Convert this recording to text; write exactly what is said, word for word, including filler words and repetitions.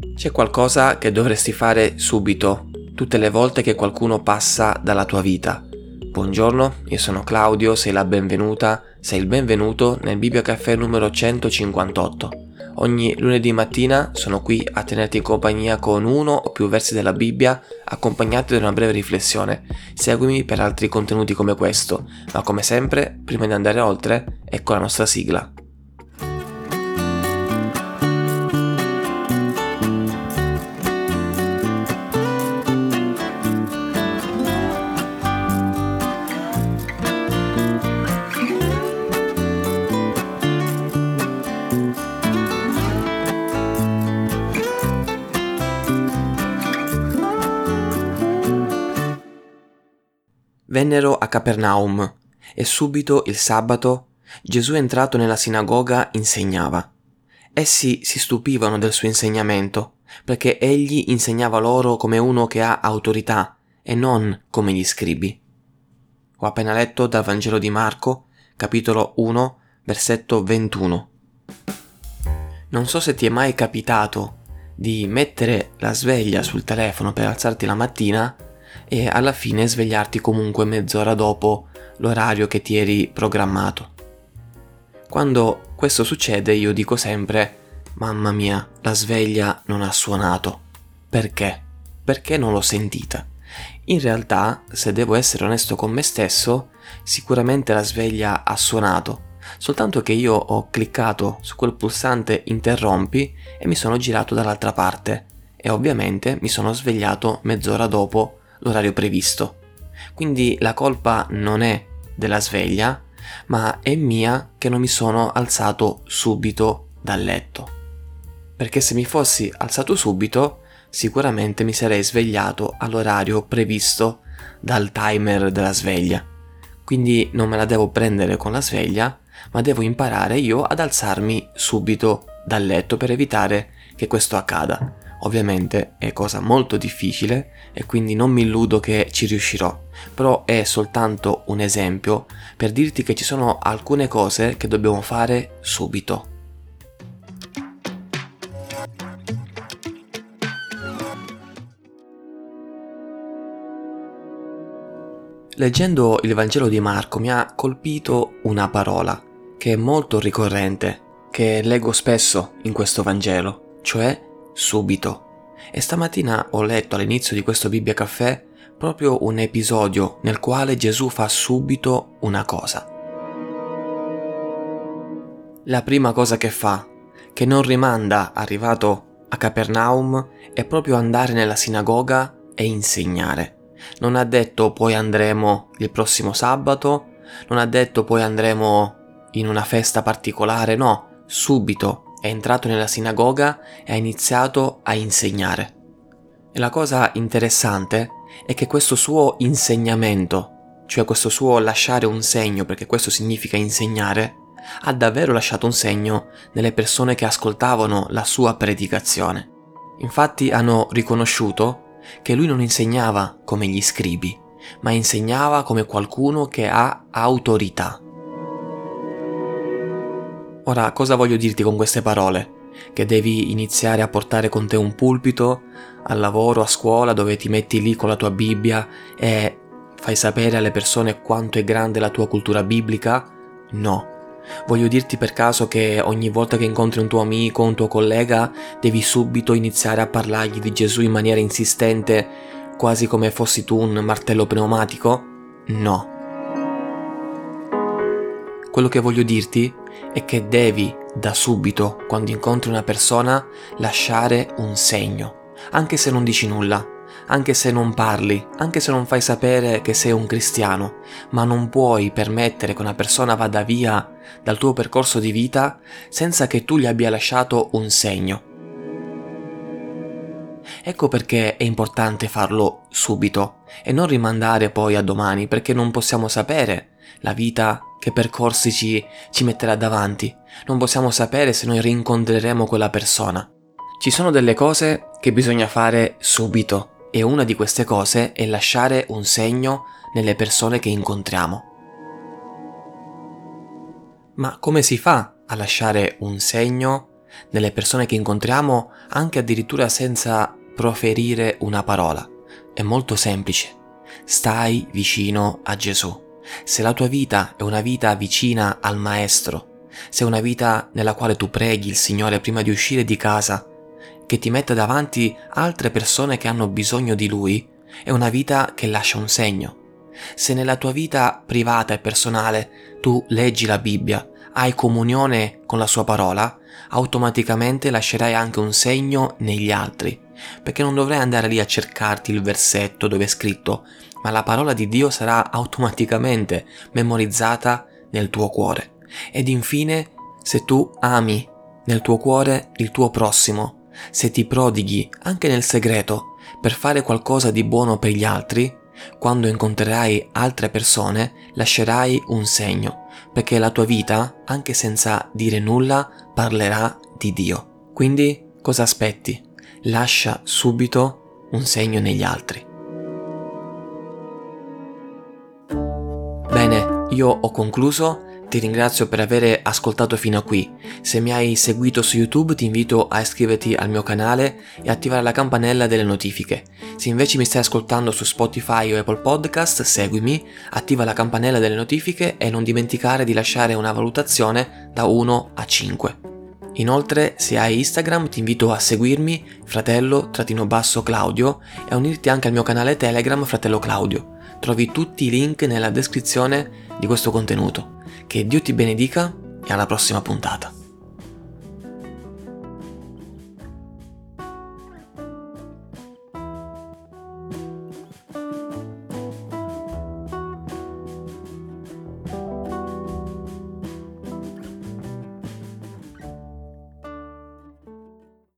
C'è qualcosa che dovresti fare subito, tutte le volte che qualcuno passa dalla tua vita. Buongiorno, io sono Claudio, sei la benvenuta, sei il benvenuto nel Bibbia Caffè numero centocinquantotto. Ogni lunedì mattina sono qui a tenerti in compagnia con uno o più versi della Bibbia, accompagnati da una breve riflessione. Seguimi per altri contenuti come questo, ma come sempre, prima di andare oltre, ecco la nostra sigla. Vennero a Capernaum e subito il sabato Gesù entrato nella sinagoga insegnava. Essi si stupivano del suo insegnamento, perché egli insegnava loro come uno che ha autorità e non come gli scribi. Ho appena letto dal Vangelo di Marco, capitolo uno, versetto ventuno. Non so se ti è mai capitato di mettere la sveglia sul telefono per alzarti la mattina e alla fine svegliarti comunque mezz'ora dopo l'orario che ti eri programmato. Quando questo succede io dico sempre: mamma mia, la sveglia non ha suonato. Perché? Perché non l'ho sentita? In realtà, se devo essere onesto con me stesso, sicuramente la sveglia ha suonato, soltanto che io ho cliccato su quel pulsante interrompi e mi sono girato dall'altra parte e ovviamente mi sono svegliato mezz'ora dopo l'orario previsto. Quindi la colpa non è della sveglia, ma è mia che non mi sono alzato subito dal letto. Perché se mi fossi alzato subito, sicuramente mi sarei svegliato all'orario previsto dal timer della sveglia. Quindi non me la devo prendere con la sveglia, ma devo imparare io ad alzarmi subito dal letto per evitare che questo accada. Ovviamente è cosa molto difficile e quindi non mi illudo che ci riuscirò, però è soltanto un esempio per dirti che ci sono alcune cose che dobbiamo fare subito. Leggendo il Vangelo di Marco mi ha colpito una parola che è molto ricorrente, che leggo spesso in questo Vangelo, cioè subito. E stamattina ho letto all'inizio di questo Bibbia Caffè proprio un episodio nel quale Gesù fa subito una cosa. La prima cosa che fa, che non rimanda arrivato a Capernaum, è proprio andare nella sinagoga e insegnare. Non ha detto poi andremo il prossimo sabato, non ha detto poi andremo in una festa particolare, no, subito è entrato nella sinagoga e ha iniziato a insegnare. E la cosa interessante è che questo suo insegnamento, cioè questo suo lasciare un segno, perché questo significa insegnare, ha davvero lasciato un segno nelle persone che ascoltavano la sua predicazione. Infatti hanno riconosciuto che lui non insegnava come gli scribi, ma insegnava come qualcuno che ha autorità. Ora, cosa voglio dirti con queste parole? Che devi iniziare a portare con te un pulpito al lavoro, a scuola, dove ti metti lì con la tua Bibbia e fai sapere alle persone quanto è grande la tua cultura biblica? No. Voglio dirti per caso che ogni volta che incontri un tuo amico, un tuo collega, devi subito iniziare a parlargli di Gesù in maniera insistente, quasi come fossi tu un martello pneumatico? No. Quello che voglio dirti è che devi, da subito, quando incontri una persona, lasciare un segno, anche se non dici nulla, anche se non parli, anche se non fai sapere che sei un cristiano, ma non puoi permettere che una persona vada via dal tuo percorso di vita senza che tu gli abbia lasciato un segno. Ecco perché è importante farlo subito e non rimandare poi a domani, perché non possiamo sapere la vita che percorsi ci, ci metterà davanti. Non possiamo sapere se noi rincontreremo quella persona. Ci sono delle cose che bisogna fare subito e una di queste cose è lasciare un segno nelle persone che incontriamo. Ma come si fa a lasciare un segno nelle persone che incontriamo, anche addirittura senza proferire una parola. È molto semplice. Stai vicino a Gesù. Se la tua vita è una vita vicina al Maestro, se è una vita nella quale tu preghi il Signore prima di uscire di casa, che ti metta davanti altre persone che hanno bisogno di Lui, è una vita che lascia un segno. Se nella tua vita privata e personale tu leggi la Bibbia, hai comunione con la sua parola, automaticamente lascerai anche un segno negli altri, perché non dovrai andare lì a cercarti il versetto dove è scritto, ma la parola di Dio sarà automaticamente memorizzata nel tuo cuore. Ed infine, se tu ami nel tuo cuore il tuo prossimo, se ti prodighi anche nel segreto per fare qualcosa di buono per gli altri, quando incontrerai altre persone lascerai un segno, perché la tua vita, anche senza dire nulla, parlerà di Dio. Quindi cosa aspetti? Lascia subito un segno negli altri. Bene, io ho concluso. Ti ringrazio per aver ascoltato fino a qui. Se mi hai seguito su YouTube ti invito a iscriverti al mio canale e attivare la campanella delle notifiche. Se invece mi stai ascoltando su Spotify o Apple Podcast, seguimi, attiva la campanella delle notifiche e non dimenticare di lasciare una valutazione da uno a cinque. Inoltre, se hai Instagram ti invito a seguirmi, fratello-claudio, e a unirti anche al mio canale Telegram Fratello Claudio. Trovi tutti i link nella descrizione di questo contenuto. Che Dio ti benedica e alla prossima puntata.